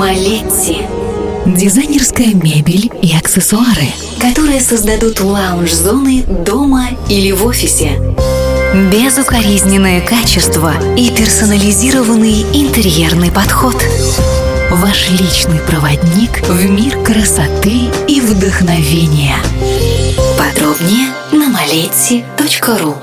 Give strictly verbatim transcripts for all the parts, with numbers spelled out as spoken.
Малетти. Дизайнерская мебель и аксессуары, которые создадут лаунж-зоны дома или в офисе. Безукоризненное качество и персонализированный интерьерный подход. Ваш личный проводник в мир красоты и вдохновения. Подробнее на малетти точка ру.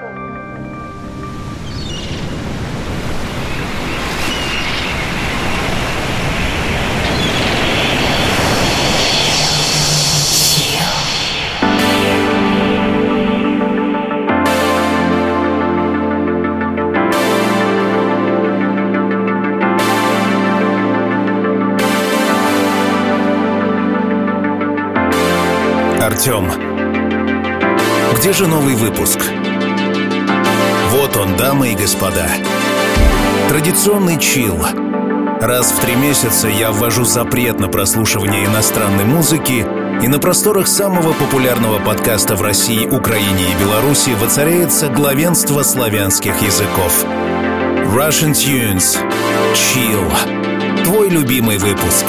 Артем, где же новый выпуск? Вот он, дамы и господа. Традиционный чилл. Раз в три месяца я ввожу запрет на прослушивание иностранной музыки, и на просторах самого популярного подкаста в России, Украине и Беларуси воцаряется главенство славянских языков. Russian Tunes. Chill. Твой любимый выпуск.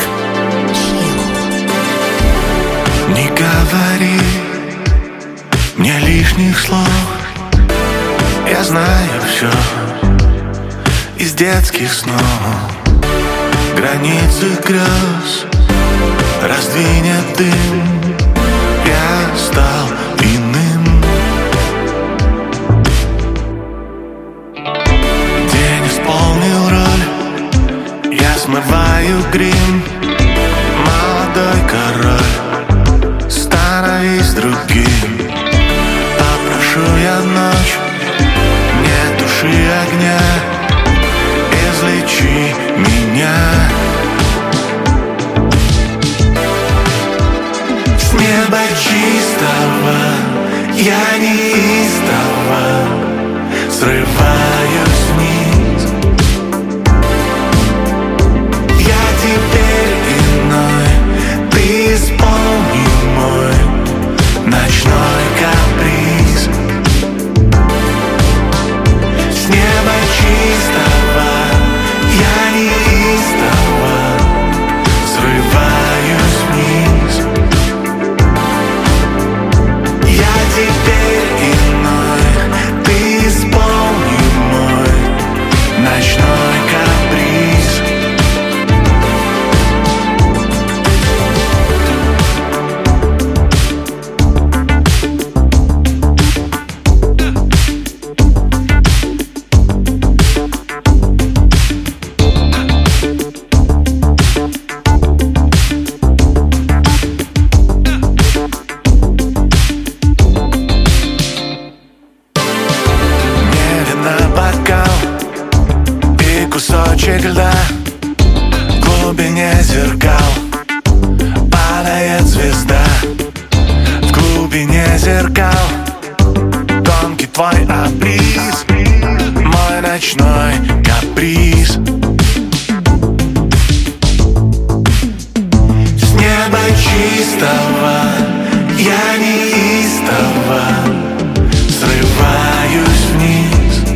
Не говори мне лишних слов. Я знаю все из детских снов. Границы грез раздвинет дым. Я стал иным. День исполнил роль. Я смываю грим. Молодой король, становись другим. Попрошу я ночь, не туши огня, излечи меня. С неба чистого я неистово срываюсь вниз. Я теперь иной, ты исполни мой ночной каприз. С неба чистого я неистово срываюсь вниз. Я теперь иной, ты исполни мой ночной каприз. Кусочек льда в глубине зеркал. Падает звезда в глубине зеркал. Тонкий твой обриз, мой ночной каприз. С неба чистого я неистово срываюсь вниз.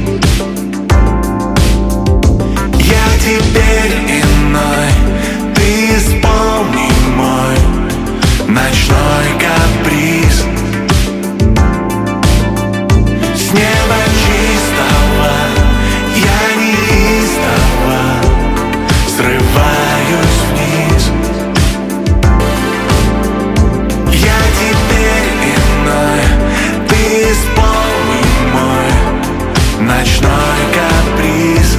Теперь иной, ты исполни мой ночной каприз. С неба чистого я неистово срываюсь вниз. Я теперь иной, ты исполни мой ночной каприз.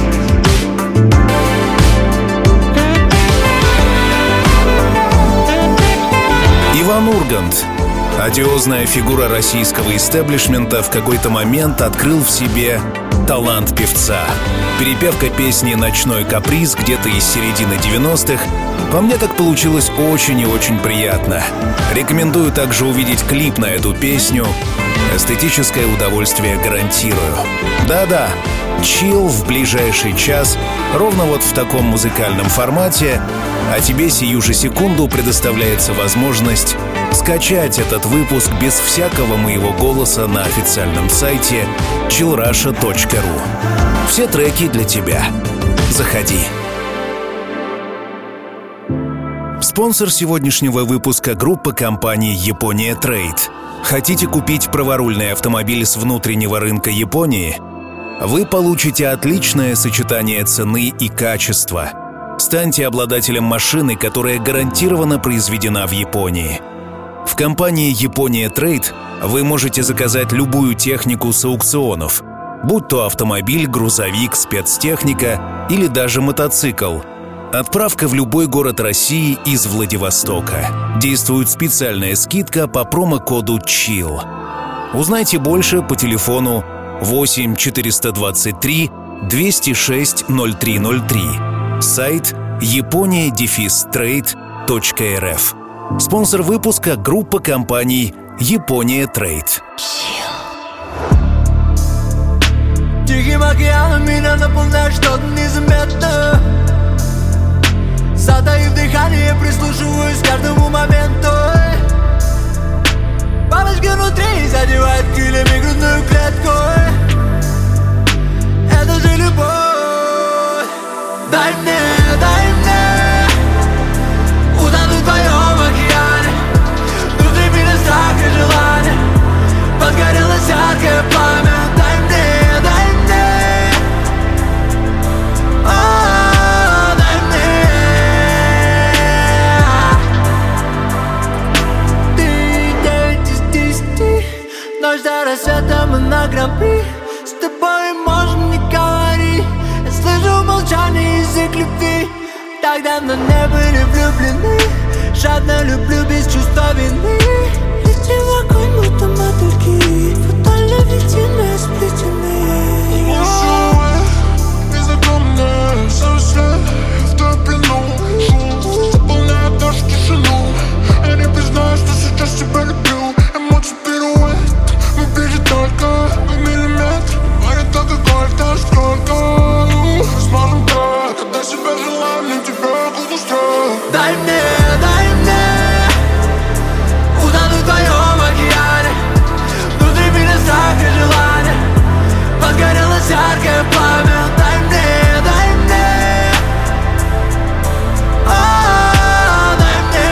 Иван Ургант, одиозная фигура российского истеблишмента, в какой-то момент открыл в себе талант певца. Перепевка песни «Ночной каприз» где-то из середины девяностых. По мне так получилось очень и очень приятно. Рекомендую также увидеть клип на эту песню. Эстетическое удовольствие гарантирую. Да-да, чилл в ближайший час, ровно вот в таком музыкальном формате, а тебе сию же секунду предоставляется возможность скачать этот выпуск без всякого моего голоса на официальном сайте чилл раша точка ру. Все треки для тебя. Заходи. Спонсор сегодняшнего выпуска — группа компании «Япония Трейд». Хотите купить праворульный автомобиль с внутреннего рынка Японии? Вы получите отличное сочетание цены и качества. Станьте обладателем машины, которая гарантированно произведена в Японии. В компании «Япония Трейд» вы можете заказать любую технику с аукционов, будь то автомобиль, грузовик, спецтехника или даже мотоцикл. Отправка в любой город России из Владивостока. Действует специальная скидка по промокоду чилл. Узнайте больше по телефону восемь четыреста двадцать три двести шесть ноль три ноль три. Сайт япония трейд точка эр эф. Спонсор выпуска — группа компаний «Япония Трейд». Тихим океаном меня наполняет что-то незаметно. Затаив дыхание, прислушиваюсь к каждому моменту. Бабочка внутри задевает крыльями грудную клетку. Это же любовь. Дай мне, дай мне утонуть в твоем океане. Внутри меня страх и желание. Подгорелось яркое пламя. Дай мне, дай мне, о, дай мне. Ты девять из десяти. Ночь до рассвета, мы на гран-при. С тобой можем не говорить. Я слышу молчание, язык любви. Так давно не были влюблены. Жадно люблю без чувства вины. Летим в огонь, будто мотыльки. Фатально ведены, сплетены. Бездомная, совсем в твоем плену. Шум заполняет нашу тишину. Я не признаю, что сейчас тебя люблю. Эмоции пируэт, мы ближе только в миллиметр. Говорит алкоголь, да сколько сможем так, когда себя желаем, мне тебя буду ждать. Дай мне, дай мне утонуть в твоем океане. Внутри меня страх и желание. Подгорелось яркое пламя. Дай мне, дай мне, о, дай мне.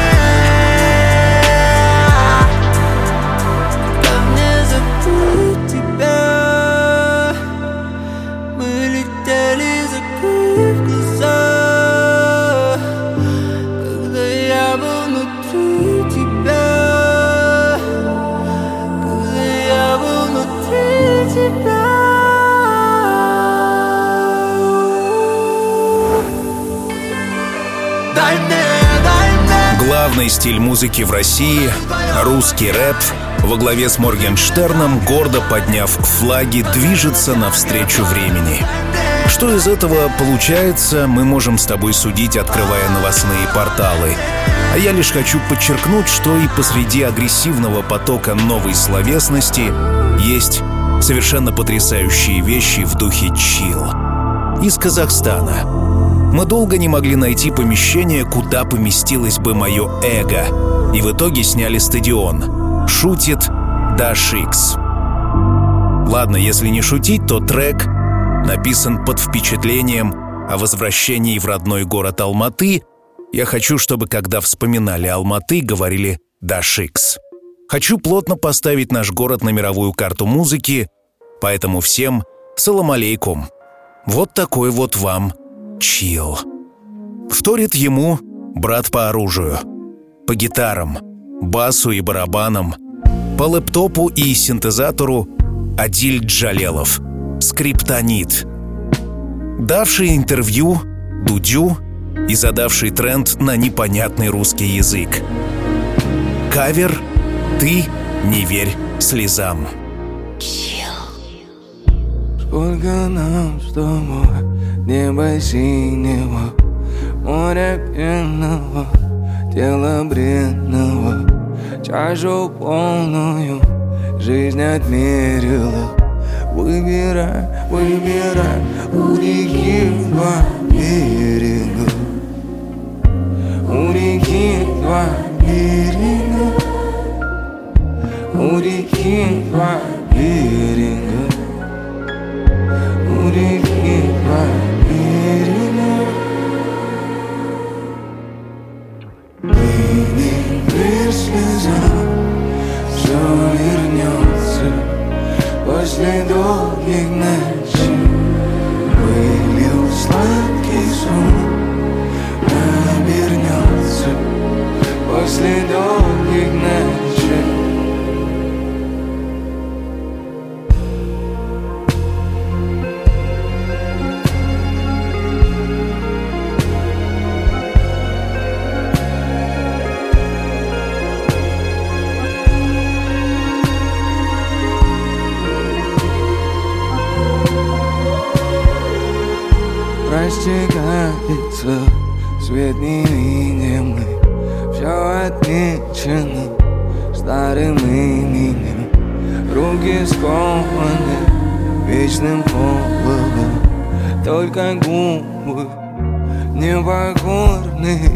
Дай мне забыть тебя. Мы летели, закрыв глаза, когда я был внутри тебя. Когда я был внутри тебя. Дай мне, дай мне. Главный стиль музыки в России — русский рэп, во главе с Моргенштерном, гордо подняв флаги, движется навстречу времени. Что из этого получается, мы можем с тобой судить, открывая новостные порталы. А я лишь хочу подчеркнуть, что и посреди агрессивного потока новой словесности есть совершенно потрясающие вещи в духе чилл. Из Казахстана. Мы долго не могли найти помещение, куда поместилось бы мое эго, и в итоге сняли стадион. Шутит Dash X. Ладно, если не шутить, то трек написан под впечатлением о возвращении в родной город Алматы. Я хочу, чтобы, когда вспоминали Алматы, говорили Dash X. Хочу плотно поставить наш город на мировую карту музыки, поэтому всем салам алейкум. Вот такой вот вам чилл. Вторит ему брат по оружию, по гитарам, басу и барабанам, по лэптопу и синтезатору Адиль Джалелов, скриптонит, давший интервью Дудю и задавший тренд на непонятный русский язык. Кавер «Ты не верь слезам». Сколько нам с тобой небо синего, море пенного, тело бренного, чашу полную жизнь отмерила. Выбирай, выбирай, у реки два берега, у реки два берега, у реки два берега, у реки два берега. верь слезам, все вернется после долгих ночей. Вылил сладкий сон, обернется после долгих ночей. Растекается свет невидимый, все отмечено старым именем. Руки скованы вечным холодом, только губы непокорные,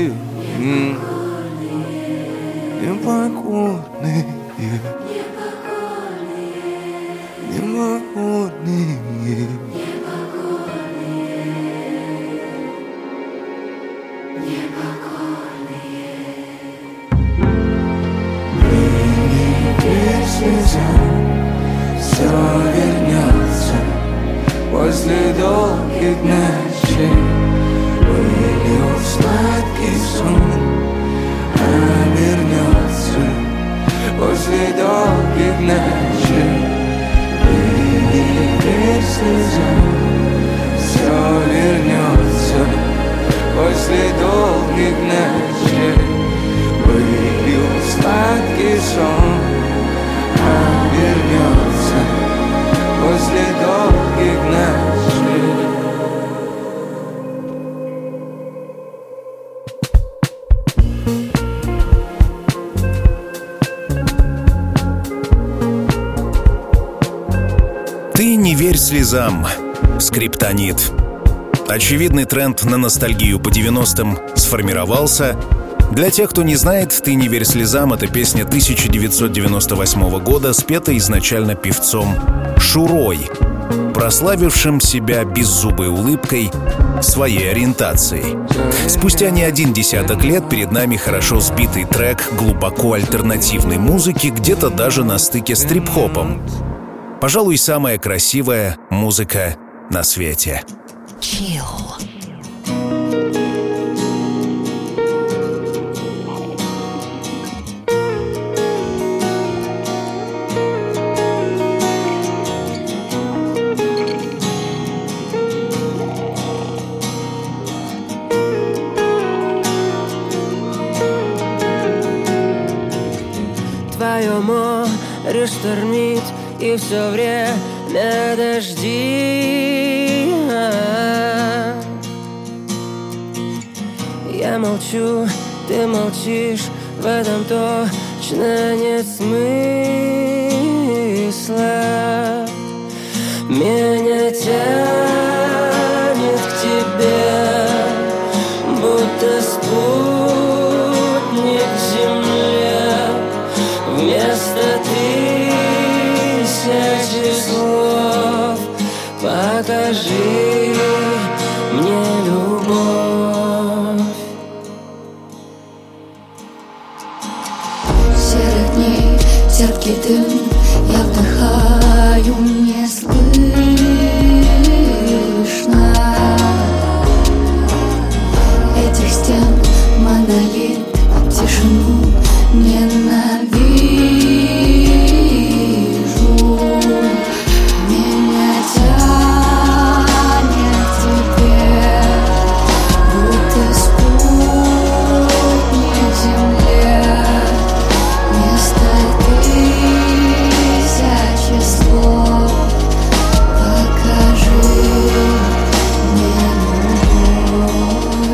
непокорные, непокорные. Все вернется после долгих ночей. Вылил сладкий сон, обернется после долгих ночей. Вылил слеза, все вернется после долгих ночей. Вылил сладкий сон, обернется после долгих ночей. Ты не верь слезам. Скриптонит. Очевидный тренд на ностальгию по девяностым сформировался. Для тех, кто не знает, «Ты не верь слезам» — это песня тысяча девятьсот девяносто восьмого года, спета изначально певцом Шурой, прославившим себя беззубой улыбкой, своей ориентацией. Спустя не один десяток лет перед нами хорошо сбитый трек глубоко альтернативной музыки, где-то даже на стыке с трип-хопом. Пожалуй, самая красивая музыка на свете. Chill. Твое море штормит, и все время дожди. Я молчу, ты молчишь, в этом точно нет смысла. Меня тянет к тебе, будто спутник Земле. Вместо тысячи слов покажи мне любовь. Серых дней терпкий дым я вдыхаю, не слышно этих стен, монолит, тишину ненавижу. Меня тянет к тебе, будто спутник Земле. Вместо тысячи слов покажи мне любовь.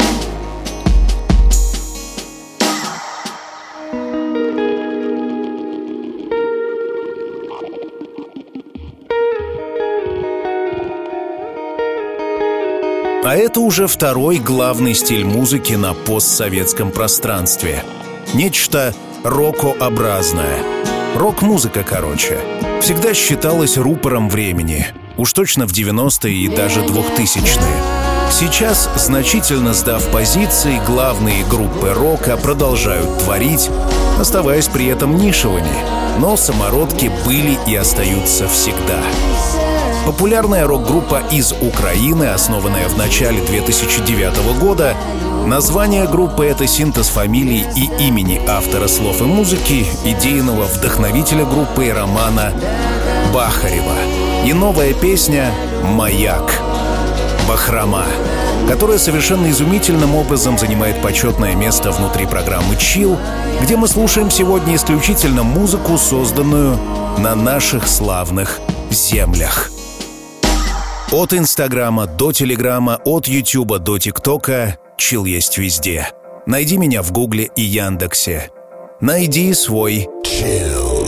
А это уже второй главный стиль музыки на постсоветском пространстве. Нечто рокообразное. Рок-музыка, короче. Всегда считалась рупором времени. Уж точно в девяностые и даже двухтысячные. Сейчас, значительно сдав позиции, главные группы рока продолжают творить, оставаясь при этом нишевыми, но самородки были и остаются всегда. Популярная рок-группа из Украины, основанная в начале две тысячи девятого года, название группы — это синтез фамилий и имени автора слов и музыки, идейного вдохновителя группы Романа Бахарева. И новая песня «Маяк», «Бахрома», которая совершенно изумительным образом занимает почетное место внутри программы «Chill», где мы слушаем сегодня исключительно музыку, созданную на наших славных землях. От Инстаграма до Телеграма, от Ютуба до ТикТока «Chill» есть везде. Найди меня в Гугле и Яндексе. Найди свой «Chill».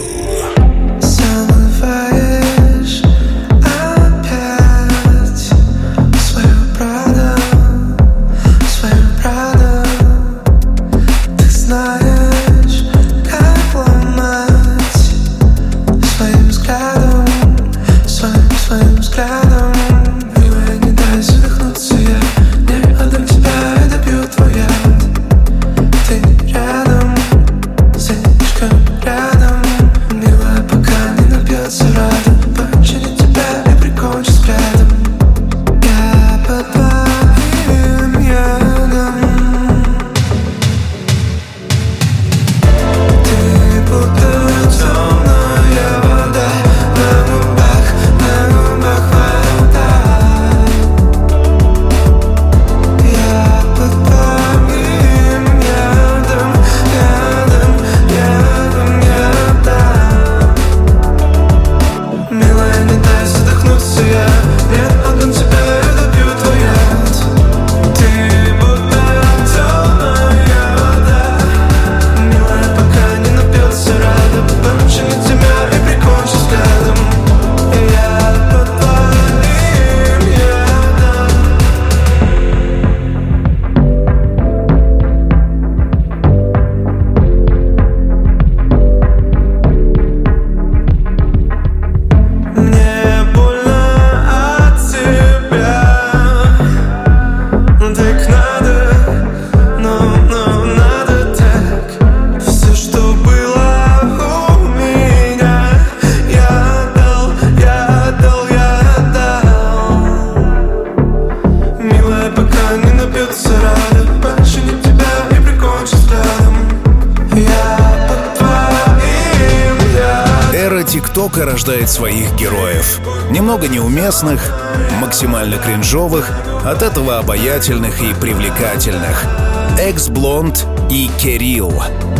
ТикТока рождает своих героев. Немного неуместных, максимально кринжовых, от этого обаятельных и привлекательных. Экс-Блонд и Кирилл.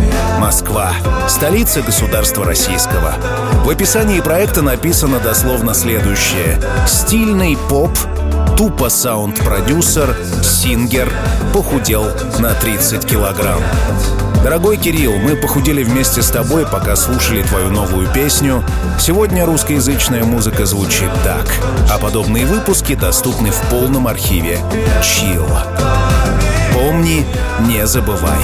Москва. Столица государства российского. В описании проекта написано дословно следующее. Стильный поп, тупо саунд-продюсер, сингер, похудел на тридцать килограмм. Дорогой Кирилл, мы похудели вместе с тобой, пока слушали твою новую песню. Сегодня русскоязычная музыка звучит так, а подобные выпуски доступны в полном архиве Chill. Помни, не забывай.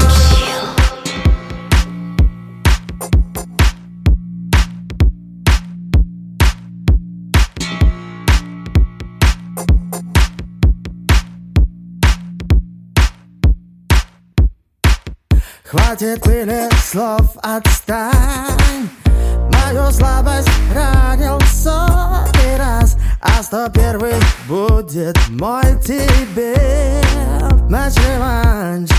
Хватит пыли слов, отстань. Мою слабость ранил сотый раз, а сто первый будет мой тебе наш реванш.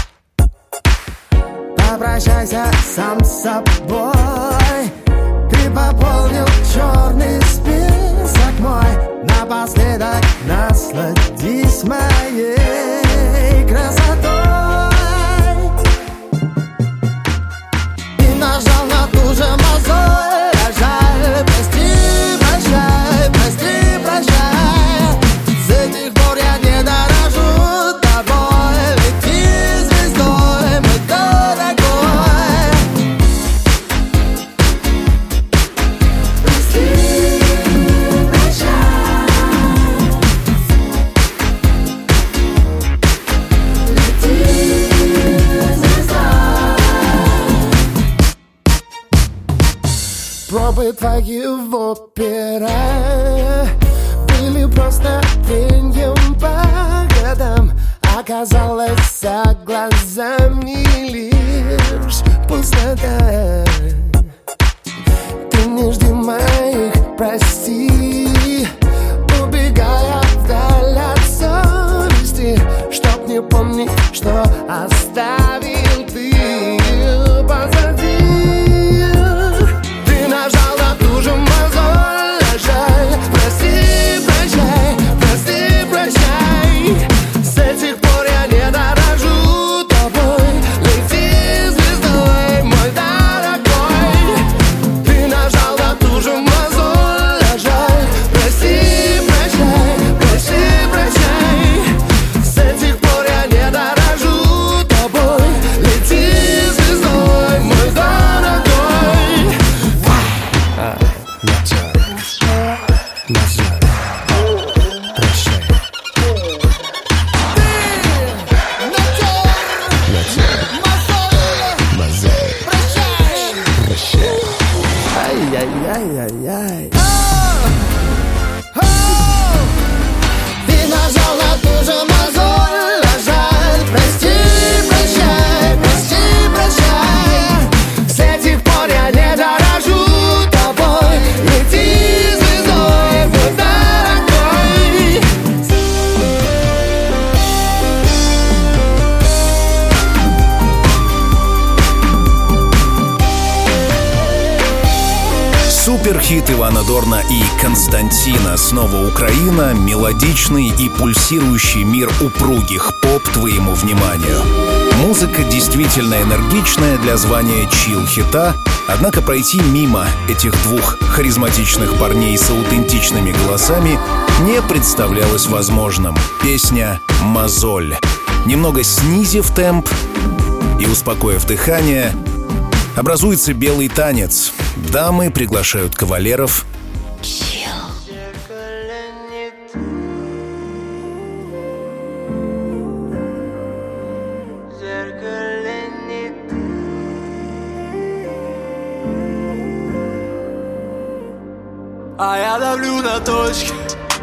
Попрощайся сам с собой. Ты пополнил черный список мой. Напоследок насладись моей красотой. Нажал на ту же мозоль, а жаль, прости, прощай, прости, прощай. С этих пор я не дорожу тобой. Лети звездой, мой дорогой. Прости, прощай. Лети звездой. Пробы твои в опере были просто пеньем по светом оказалась за глазами лишь пустота. Ты не жди моих прости, убегая вдаль от совести, чтоб не помнить, что оставил ты позади. Ты нажал на ту же мозоль, а жаль. Прости, прощай, прости, прощай. С этих пор я не дорожу тобой. Лети звездой, мой дорогой. Ты нажал на ту же мозоль, а жаль. Прости, прощай, прости, прощай. С этих пор я не дорожу тобой. Лети звездой, мой дорогой. А, Назар, Назар, прощай. Ай-яй-яй-яй-яй. Ты нажал на ту же мозоль, а жаль. Прости, прощай, прости, прощай. С этих пор я не дорожу тобой. Лети звездой, мой дорогой. Суперхит Ивана Дорна и Константина. Снова Украина. Мелодичный и пульсирующий мир упругих поп твоему вниманию. Музыка действительно энергичная для звания чил-хита, однако пройти мимо этих двух харизматичных парней с аутентичными голосами не представлялось возможным. Песня «Мозоль». Немного снизив темп и успокоив дыхание, образуется белый танец. Дамы приглашают кавалеров. А я давлю на точки.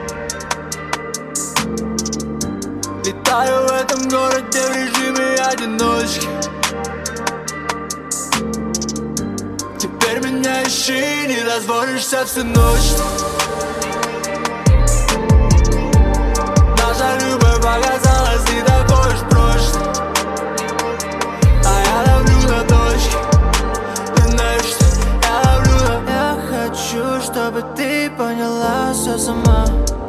Летаю в этом городе в режиме одиночки. Теперь меня ищи, не дозволишься всю ночь. Наша любовь показалась не такой уж прошлой. А я давлю на точки. Ты знаешь, что я давлю на... Я хочу, чтобы ты поняла все сама.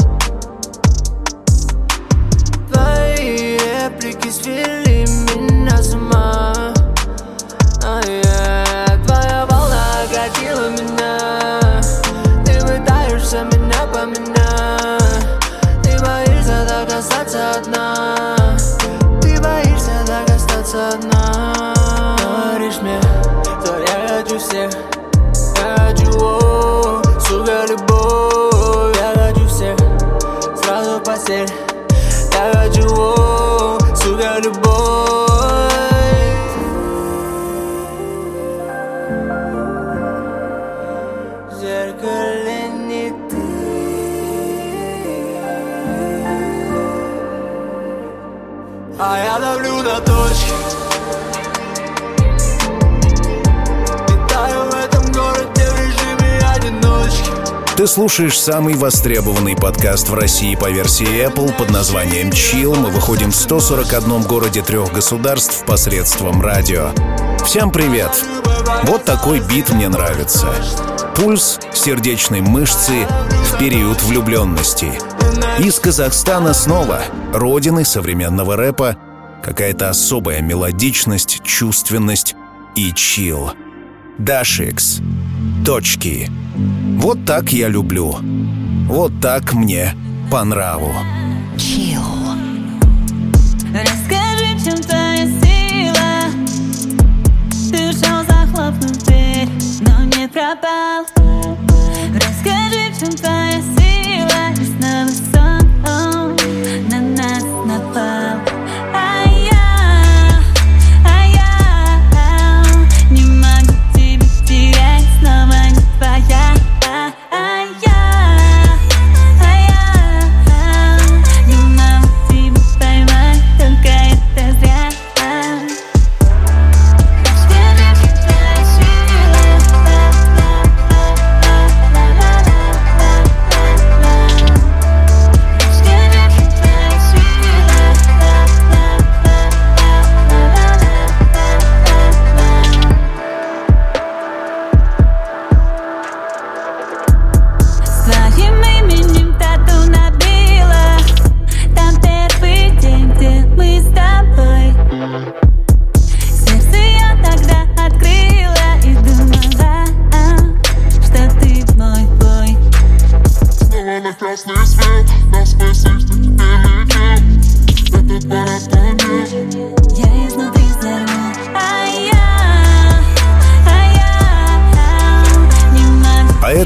Твои реплики свели меня с ума. А я, твоя волна окатила меня. Ты пытаешься меня поменять. Ты боишься так остаться одна. Ты боишься так остаться одна. Говоришь мне, что я хочу всех. Я хочу, о, сука, любовь. Я хочу всех, сразу постель. Я хочу, о, сука, любовь. В зеркале не ты. А я давлю на точки. Летаю в этом городе в режиме одиночки. Ты слушаешь самый востребованный подкаст в России по версии Apple под названием Chill. Мы выходим в сто сорок одном городе трех государств посредством радио. Всем привет! Вот такой бит мне нравится. Пульс сердечной мышцы в период влюбленности. Из Казахстана снова, родины современного рэпа, какая-то особая мелодичность, чувственность и чил. Дашикс. Точки. Вот так я люблю. Вот так мне по нраву. Chill. Расскажи, в чем твоя сила. Ты ушел, захлопнув дверь, но не пропал. Расскажи, в чем твоя сила. И снова сон на нас напал. А я, а я не могу тебя терять, снова не твоя. А я, а я не могу тебя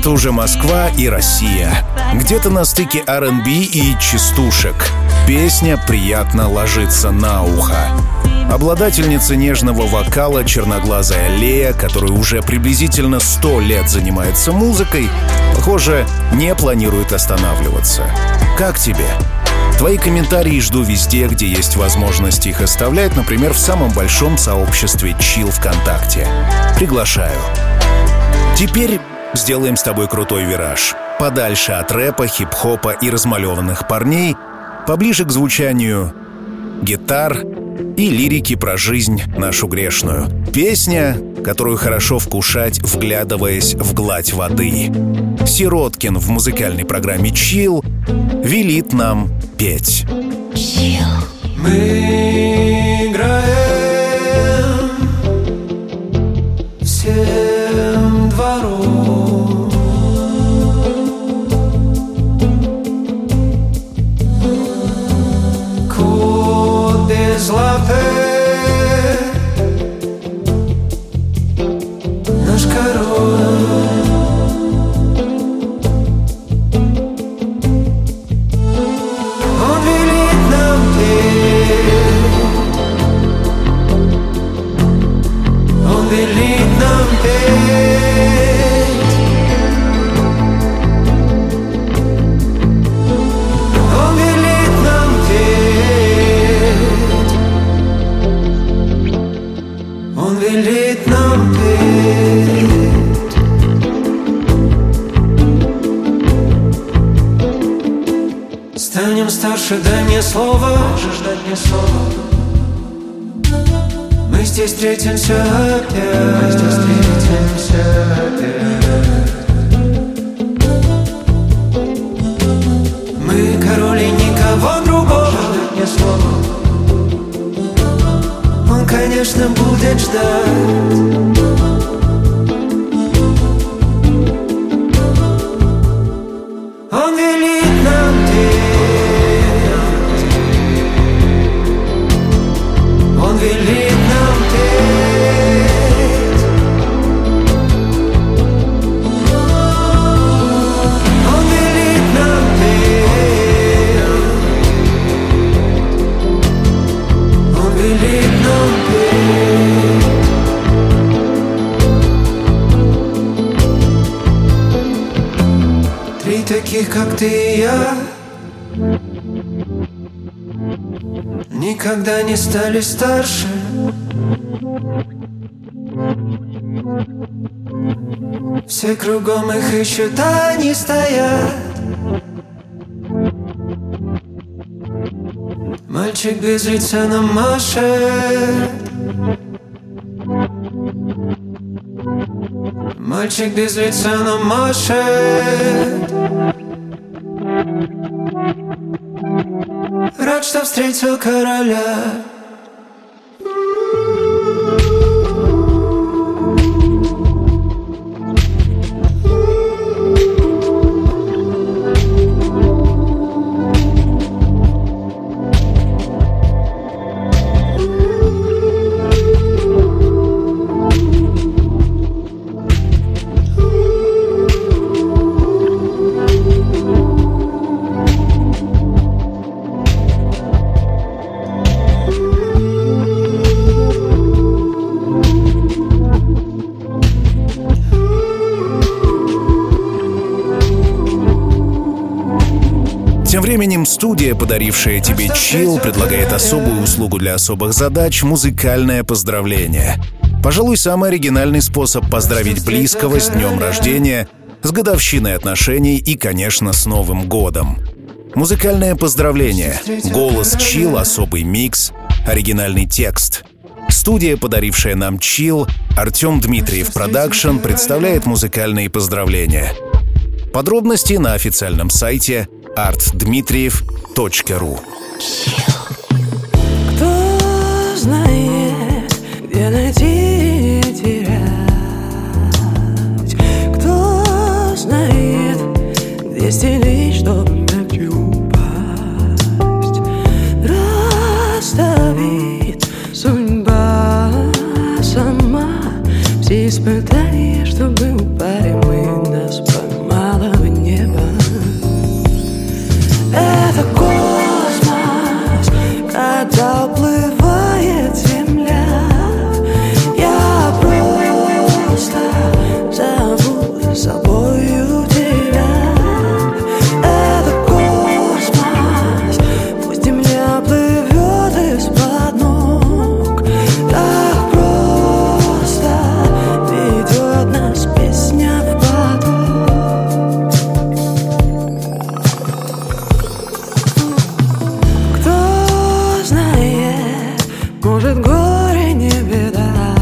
Это уже Москва и Россия. Где-то на стыке ар энд би и частушек. Песня приятно ложится на ухо. Обладательница нежного вокала черноглазая Лея, которая уже приблизительно сто лет занимается музыкой, похоже, не планирует останавливаться. Как тебе? Твои комментарии жду везде, где есть возможность их оставлять, например, в самом большом сообществе Chill ВКонтакте. Приглашаю. Теперь сделаем с тобой крутой вираж. Подальше от рэпа, хип-хопа и размалеванных парней, поближе к звучанию гитар и лирики про жизнь нашу грешную. Песня, которую хорошо вкушать, вглядываясь в гладь воды. Сироткин в музыкальной программе Chill велит нам петь. Мы играем всем двором, кот без лапы, наш король. Станем старше, дай мне слово. Можешь дать мне слово. Мы здесь встретимся опять. Мы здесь встретимся опять. Мы король и никого другого. Можешь дать мне слово. Он, конечно, будет ждать. Он велит нам петь. Он велит нам петь. Он велит нам петь. Он велит нам петь. Три таких, как ты и я, никогда не стали старше. Все кругом их ищут, а они стоят. Мальчик без лица нам машет. Мальчик без лица нам машет. Рад, что встретил короля. Тем временем студия, подарившая тебе Chill, предлагает особую услугу для особых задач — музыкальное поздравление. Пожалуй, самый оригинальный способ поздравить близкого с днем рождения, с годовщиной отношений и, конечно, с Новым годом. Музыкальное поздравление, голос Chill, особый микс, оригинальный текст. Студия, подарившая нам Chill, Артем Дмитриев Продакшн, представляет музыкальные поздравления. Подробности на официальном сайте арт дмитриев точка ру. Кто знает, где найти и терять? Кто знает, где стелить, чтобы не упасть? Расставит судьба сама все испытания, чтобы упали мы на спину. может, горе не беда.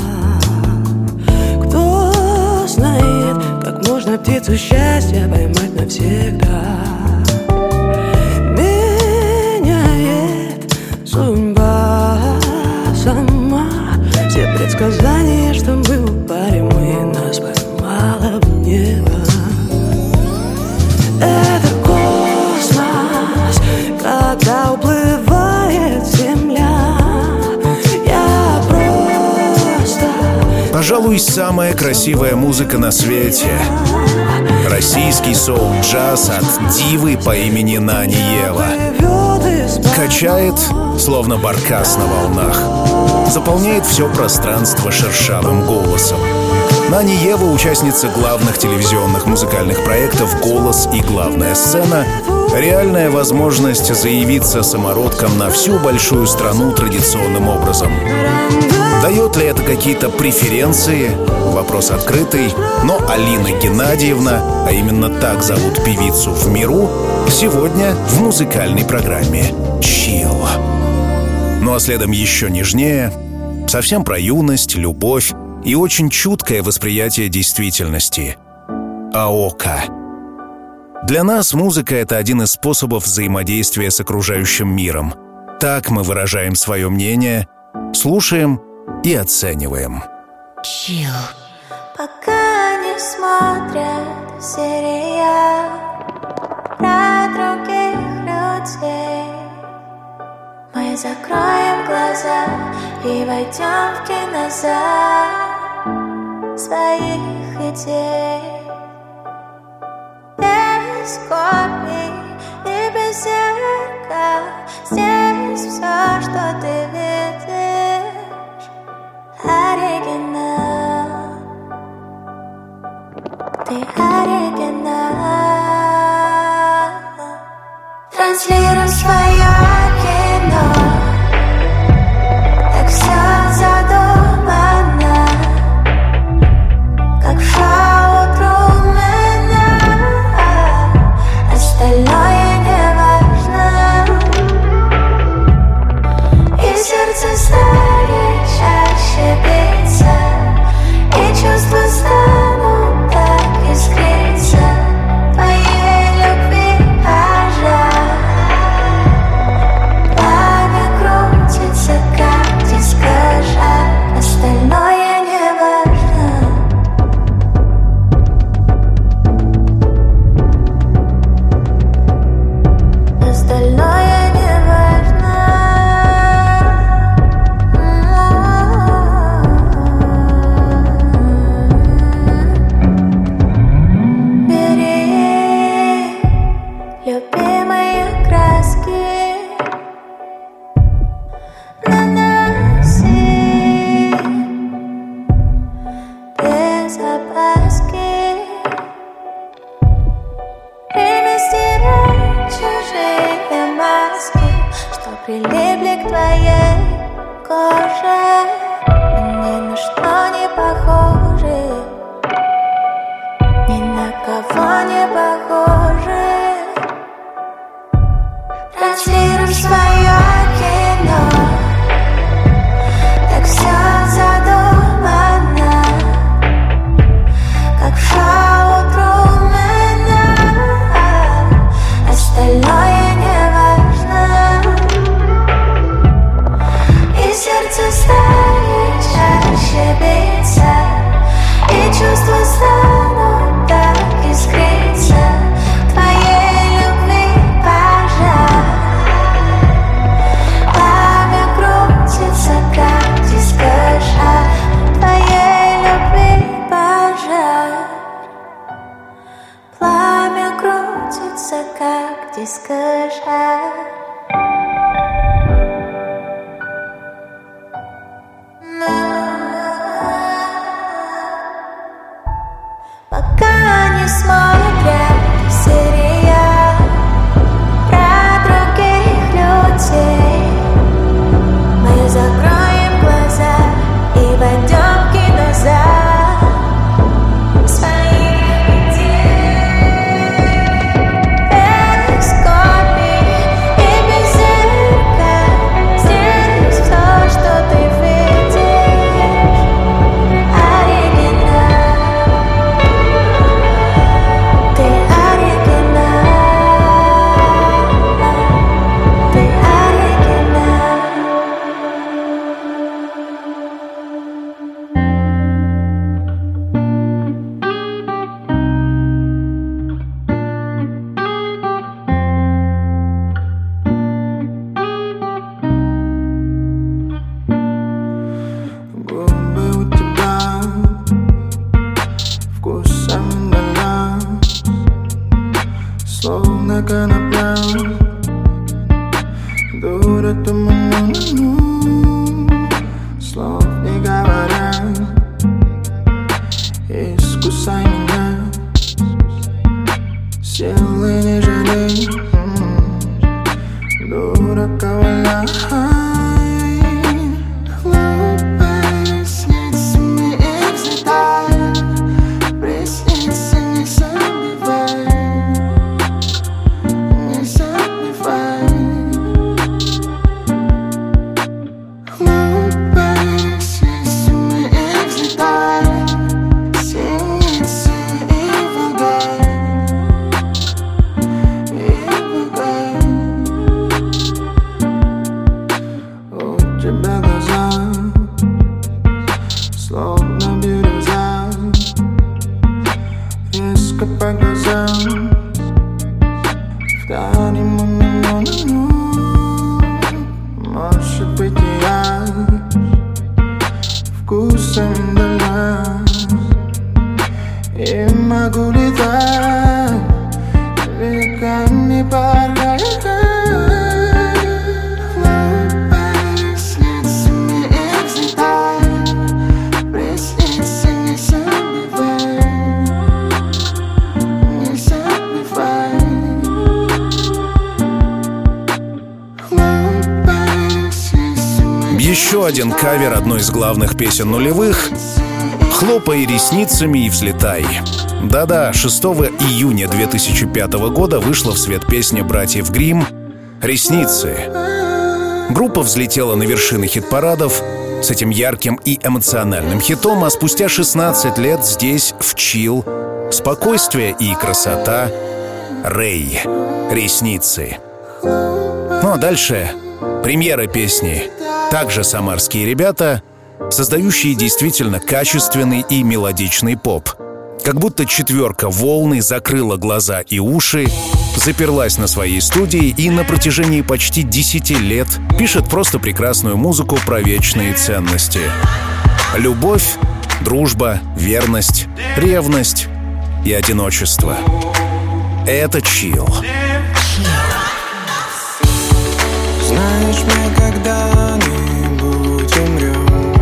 Кто знает, как можно птицу счастья поймать навсегда. Меняет судьба сама все предсказания, что было в паре мы, нас поймало в небо. Это космос, когда уплывает земля. Я просто... Пожалуй, самая красивая музыка на свете. Российский соул-джаз от дивы по имени Нани Ева. Качает, словно баркас на волнах. Заполняет все пространство шершавым голосом. Нани Ева — участница главных телевизионных музыкальных проектов «Голос» и «Главная сцена». Реальная возможность заявиться самородком на всю большую страну традиционным образом. Дает ли это какие-то преференции? Вопрос открытый. Но Алина Геннадьевна, а именно так зовут певицу в миру, сегодня в музыкальной программе «Чилл». Ну а следом еще нежнее, совсем про юность, любовь и очень чуткое восприятие действительности. Аока. Для нас музыка — это один из способов взаимодействия с окружающим миром. Так мы выражаем свое мнение, слушаем и оцениваем. Чилл. Пока не смотрят сериал про других людей, мы закроем глаза и войдем в кинозал своих идей. Без копий и без зеркал здесь все, что ты видишь, оригинал. Ты оригинал. Транслируй свое кино, так все задумано, как в шоу Трумэна. Остальное не важно. И сердце сомневаюсь. И могу летать веками порхая. Еще один кавер одной из главных песен нулевых «Хлопай ресницами и взлетай». Да-да, шестого июня две тысячи пятого года вышла в свет песня братьев Гримм «Ресницы». Группа взлетела на вершины хит-парадов с этим ярким и эмоциональным хитом, а спустя шестнадцать лет здесь, в чил, спокойствие и красота, Рэй, «Ресницы». Ну а дальше премьера песни. Также самарские ребята, создающие действительно качественный и мелодичный поп. Как будто четверка «Волны» закрыла глаза и уши, заперлась на своей студии и на протяжении почти десяти лет пишет просто прекрасную музыку про вечные ценности. Любовь, дружба, верность, ревность и одиночество. Это чил. Знаешь, мы когда-нибудь умрем,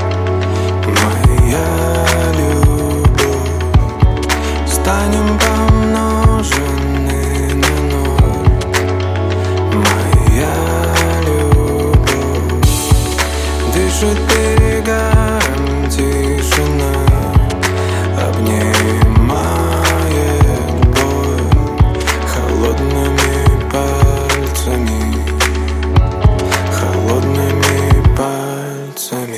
моя любовь. Станем помножены на ноль, моя любовь. Дышит берегом тишина, обнимает боль холодными пальцами. Холодными пальцами.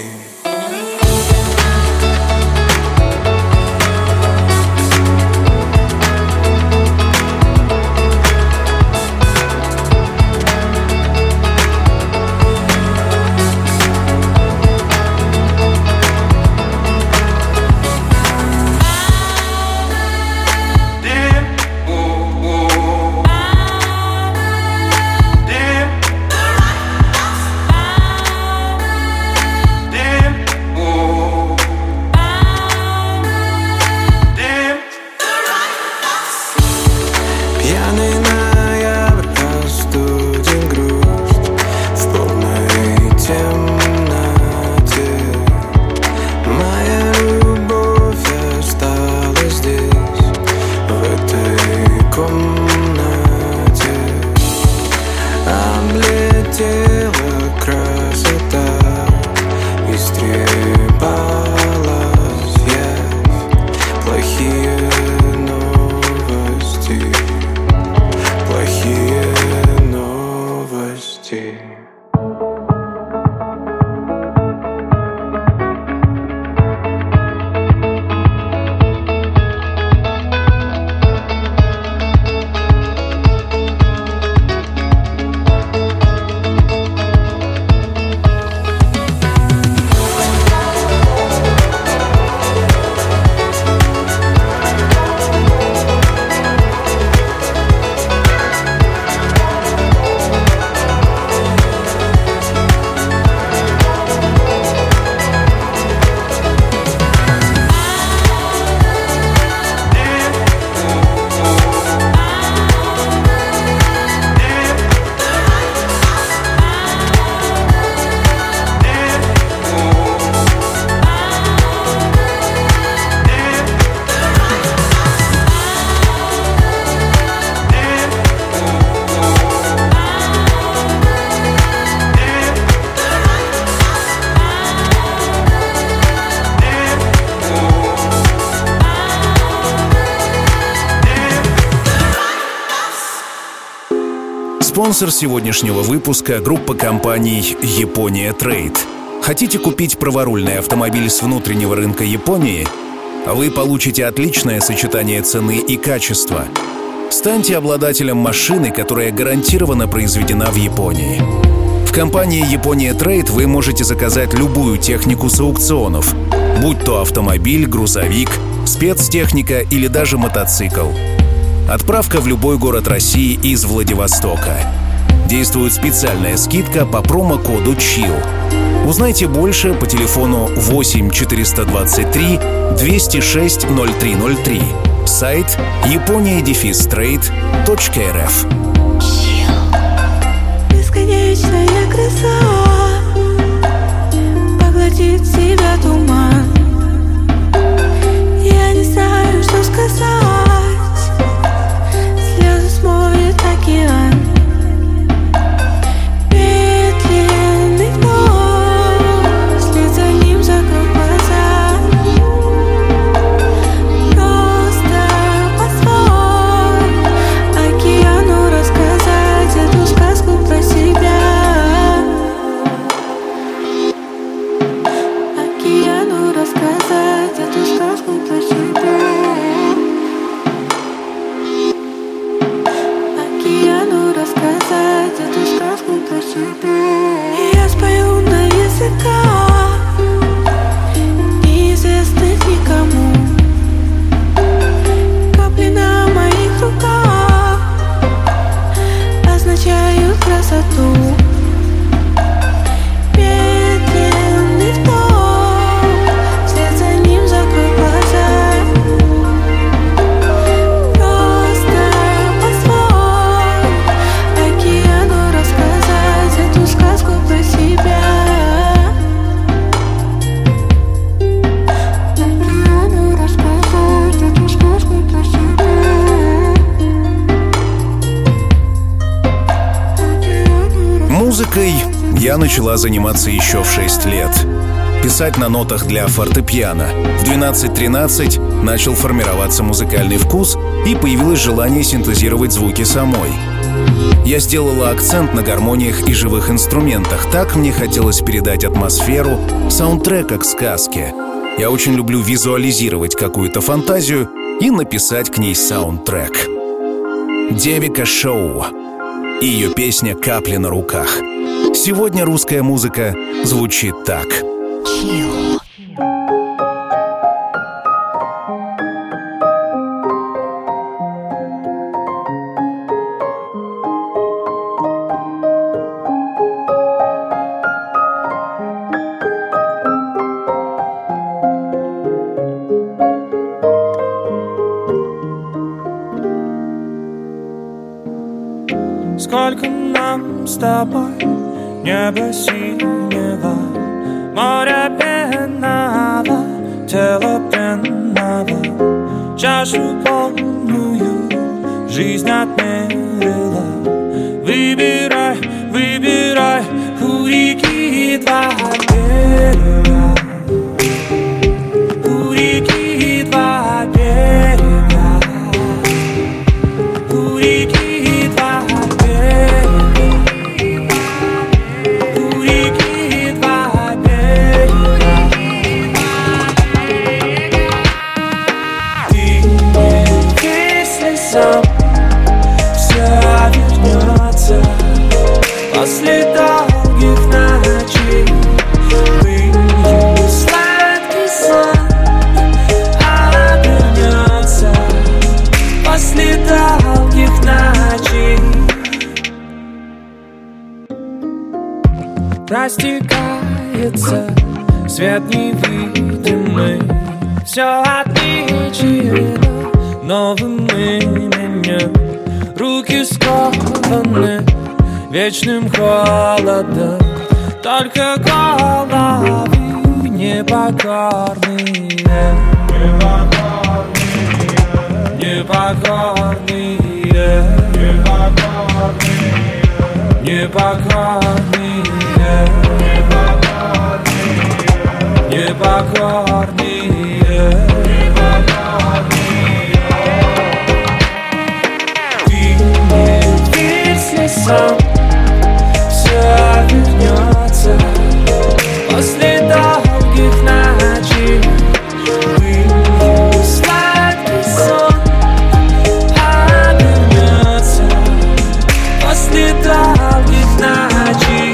Спонсор сегодняшнего выпуска — группа компаний «Япония Трейд». Хотите купить праворульный автомобиль с внутреннего рынка Японии? Вы получите отличное сочетание цены и качества. Станьте обладателем машины, которая гарантированно произведена в Японии. В компании «Япония Трейд» вы можете заказать любую технику с аукционов, будь то автомобиль, грузовик, спецтехника или даже мотоцикл. Отправка в любой город России из Владивостока. Действует специальная скидка по промокоду чил. Узнайте больше по телефону восемь четыреста двадцать три двести шесть ноль три ноль три. Сайт япония дефис трейд точка эр эф. Бесконечная краса поглотит в себя туман. Я не знаю, что сказать. Слезы смоет океан. Медленный вдох, вслед за ним закрой глаза. Просто позволь океану рассказать эту сказку про себя. Океану рассказать эту сказку про себя. Океану рассказать эту сказку про себя. Я спою на языках, неизвестных никому. Капли на моих руках означают красоту. Медленный вдох, вслед за ним закрой глаза. Просто позволь океану рассказать эту сказку про себя. Океану рассказать эту сказку про себя. Музыкой я начала заниматься еще в шесть лет. Писать на нотах для фортепиано. В двенадцать-тринадцать начал формироваться музыкальный вкус, и появилось желание синтезировать звуки самой. Я сделала акцент на гармониях и живых инструментах. Так мне хотелось передать атмосферу саундтрека к сказке. Я очень люблю визуализировать какую-то фантазию и написать к ней саундтрек. Девика Шоу и ее песня «Капли на руках». Сегодня русская музыка звучит так. Chill. Сколько нам с тобой небо синего, море пенного, тело пенного, чашу полную жизнь отмерила. Выбирай, выбирай, у реки два берега, у реки два берега, у реки два берега, у реки два берега. Ты не если сам все вернется после долгих ночей. Выйдет сладкий сон, обернется после долгих ночей. Растекается свет невидимый, все отмечено новым именем. Руки скованы вечным холодом, только головы непокорные, непокорные, непокорные, непокорные, непокорные, непокорные. Сам все вернется после долгих ночей. Выйдет сладкий сон, обернется после долгих ночей.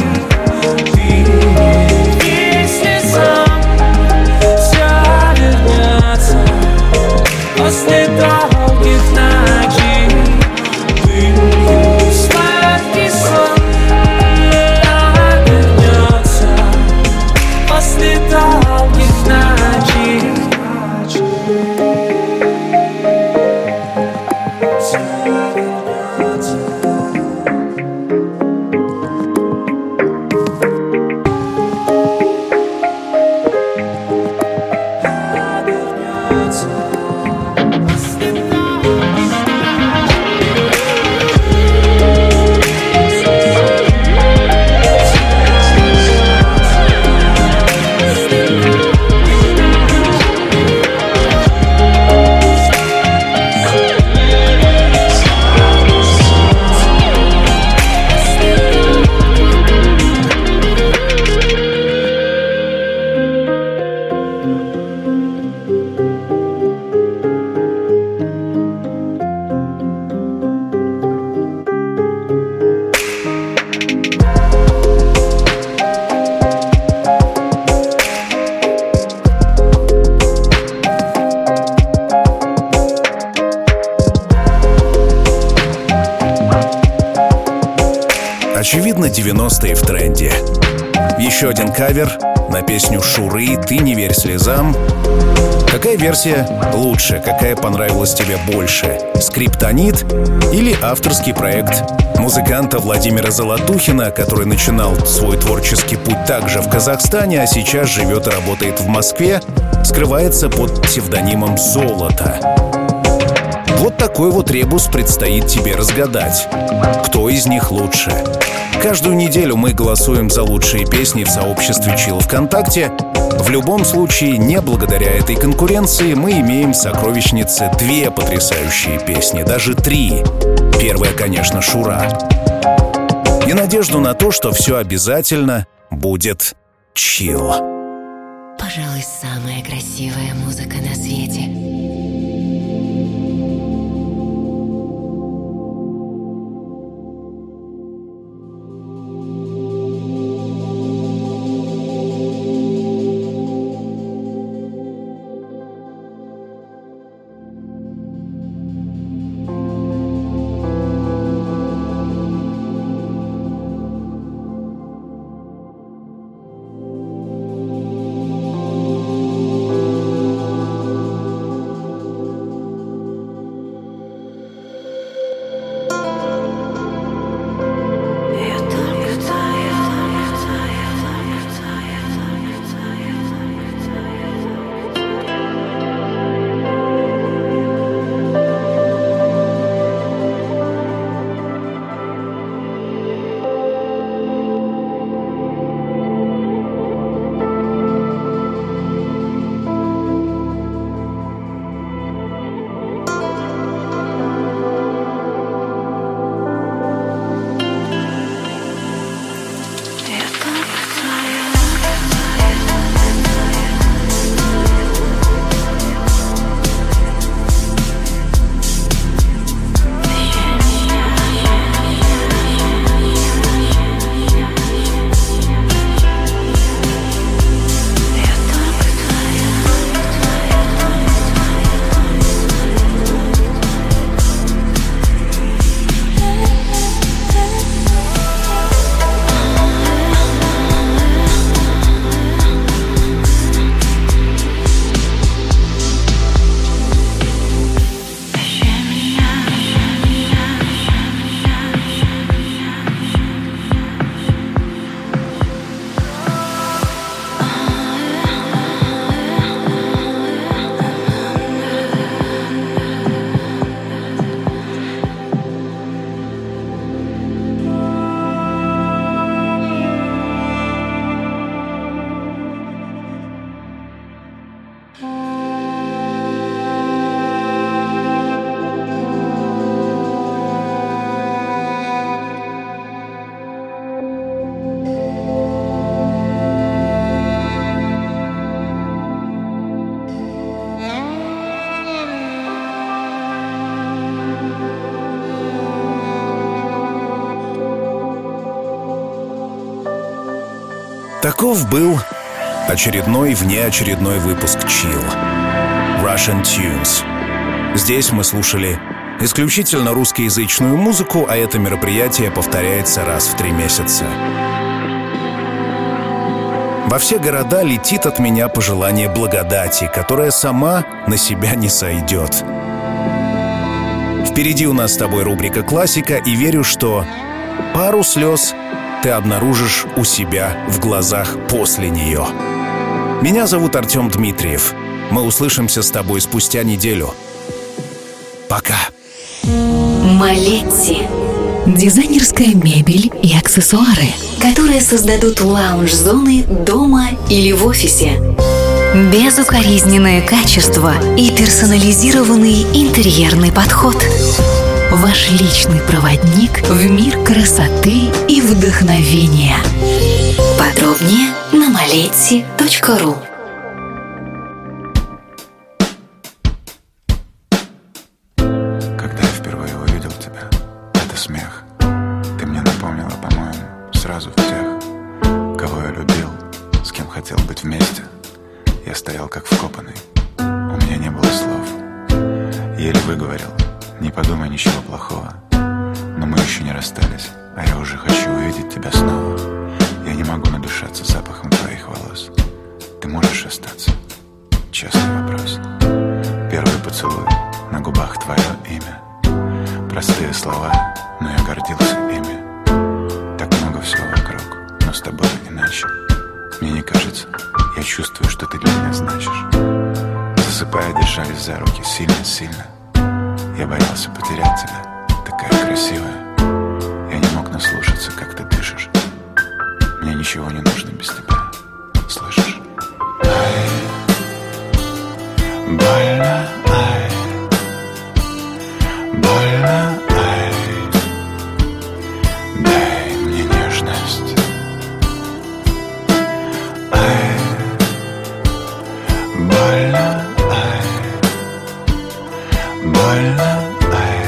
Если сам все вернется после долгих ночей. Выйдет девяностые в тренде. Еще один кавер на песню Шуры «Ты не верь слезам». Какая версия лучше? Какая понравилась тебе больше? «Скриптонит» или авторский проект музыканта Владимира Золотухина, который начинал свой творческий путь также в Казахстане, а сейчас живет и работает в Москве, скрывается под псевдонимом «Золото». Вот такой вот ребус предстоит тебе разгадать. Кто из них лучше? Каждую неделю мы голосуем за лучшие песни в сообществе Чилл ВКонтакте. В любом случае, не благодаря этой конкуренции, мы имеем в сокровищнице две потрясающие песни, даже три. Первая, конечно, Шура. И надежду на то, что все обязательно будет чилл. Пожалуй, самая красивая музыка на свете. Таков был очередной внеочередной выпуск Chill Russian Tunes. Здесь мы слушали исключительно русскоязычную музыку, а это мероприятие повторяется раз в три месяца. Во все города летит от меня пожелание благодати, которая сама на себя не сойдет. Впереди у нас с тобой рубрика «Классика», и верю, что пару слез ты обнаружишь у себя в глазах после нее. Меня зовут Артем Дмитриев. Мы услышимся с тобой спустя неделю. Пока. Малетти. Дизайнерская мебель и аксессуары, которые создадут лаунж-зоны дома или в офисе. Безукоризненное качество и персонализированный интерьерный подход. Ваш личный проводник в мир красоты и вдохновения. Подробнее на малетти точка ру. Когда я впервые увидел тебя, это смех. Ты мне напомнила, по-моему, сразу всех, кого я любил, с кем хотел быть вместе. Я стоял как вкопанный, у меня не было слов. Еле выговорил: не подумай ничего плохого, но мы еще не расстались. а я уже хочу увидеть тебя снова. Я не могу надышаться запахом твоих волос. Ты можешь остаться? Честный вопрос. Первый поцелуй, на губах твое имя. Простые слова, но я гордился ими. Так много всего вокруг, но с тобой иначе. Мне не кажется, я чувствую, что ты для меня значишь. Засыпая, держались за руки сильно-сильно. Я боялся потерять тебя, такая красивая. Я не мог наслушаться, как ты дышишь. Мне ничего не нужно без тебя, слышишь? Ай, больно, ай, больно, ай, дай мне нежность. Ай, больно, ай, больно, ай,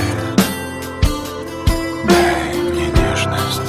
дай мне нежность.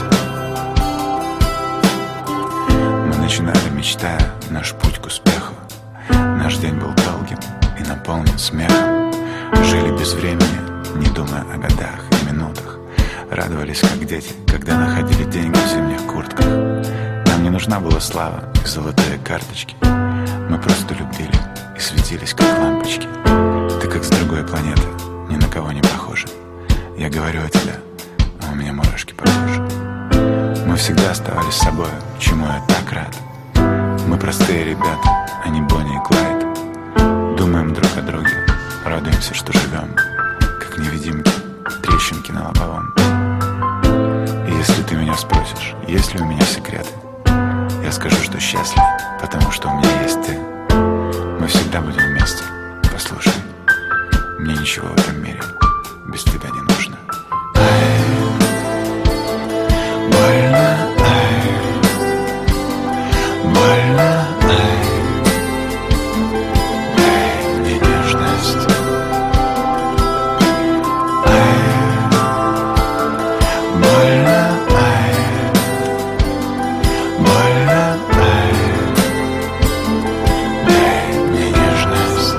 Мы начинали, мечтая, наш путь к успеху. Наш день был долгим и наполнен смехом. Жили без времени, не думая о годах и минутах. Радовались, как дети, когда находили деньги в зимних куртках. Нам не нужна была слава и золотые карточки. Мы просто любили и светились, как лампочки. Ты как с другой планеты, ни на кого не похожа. Я говорю о тебе, а у меня мурашки по коже. Мы всегда оставались собой, чему я так рад. Мы простые ребята, а не Бонни и Клайд. Думаем друг о друге, радуемся, что живем, как невидимки, трещинки на лобовом. И если ты меня спросишь, есть ли у меня секреты, я скажу, что счастлив, потому что у меня есть ты. Мы всегда будем вместе, послушай. Мне ничего в этом мире без тебя не нужно. Ай, больно, ай, больно, ай, дай мне нежность. Ай, больно, ай, больно, ай, дай мне нежность.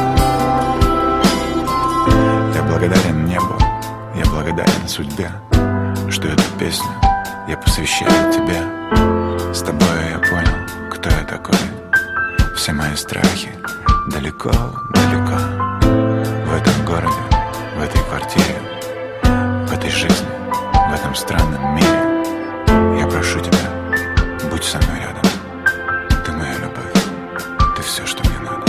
Я благодарен небу, я благодарен судьбе, что эту песню я посвящаю тебе. С тобой я понял, кто я такой. Все мои страхи далеко, далеко. В этом городе, в этой квартире, в этой жизни, в этом странном мире. Я прошу тебя, будь со мной рядом. Ты моя любовь, ты все, что мне надо.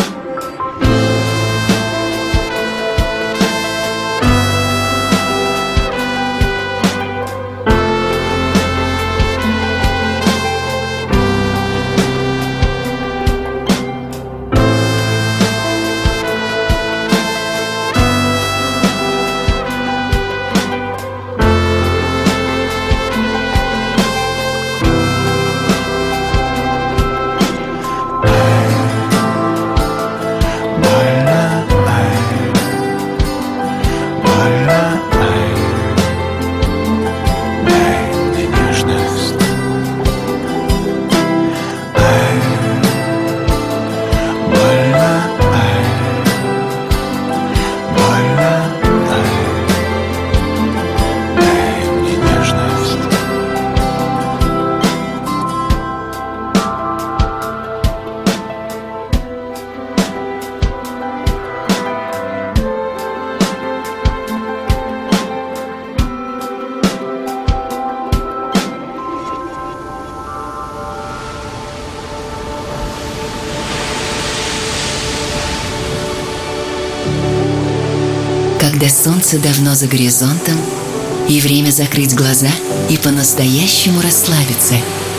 Когда солнце давно за горизонтом, и время закрыть глаза и по-настоящему расслабиться.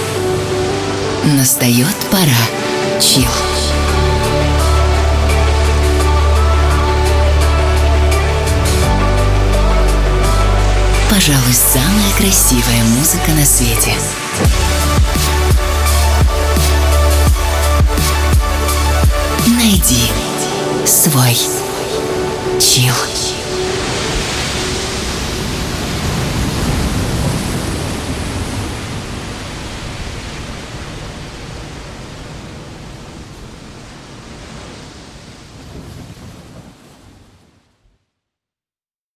Настает пора чил. Пожалуй, самая красивая музыка на свете. Найди свой чил.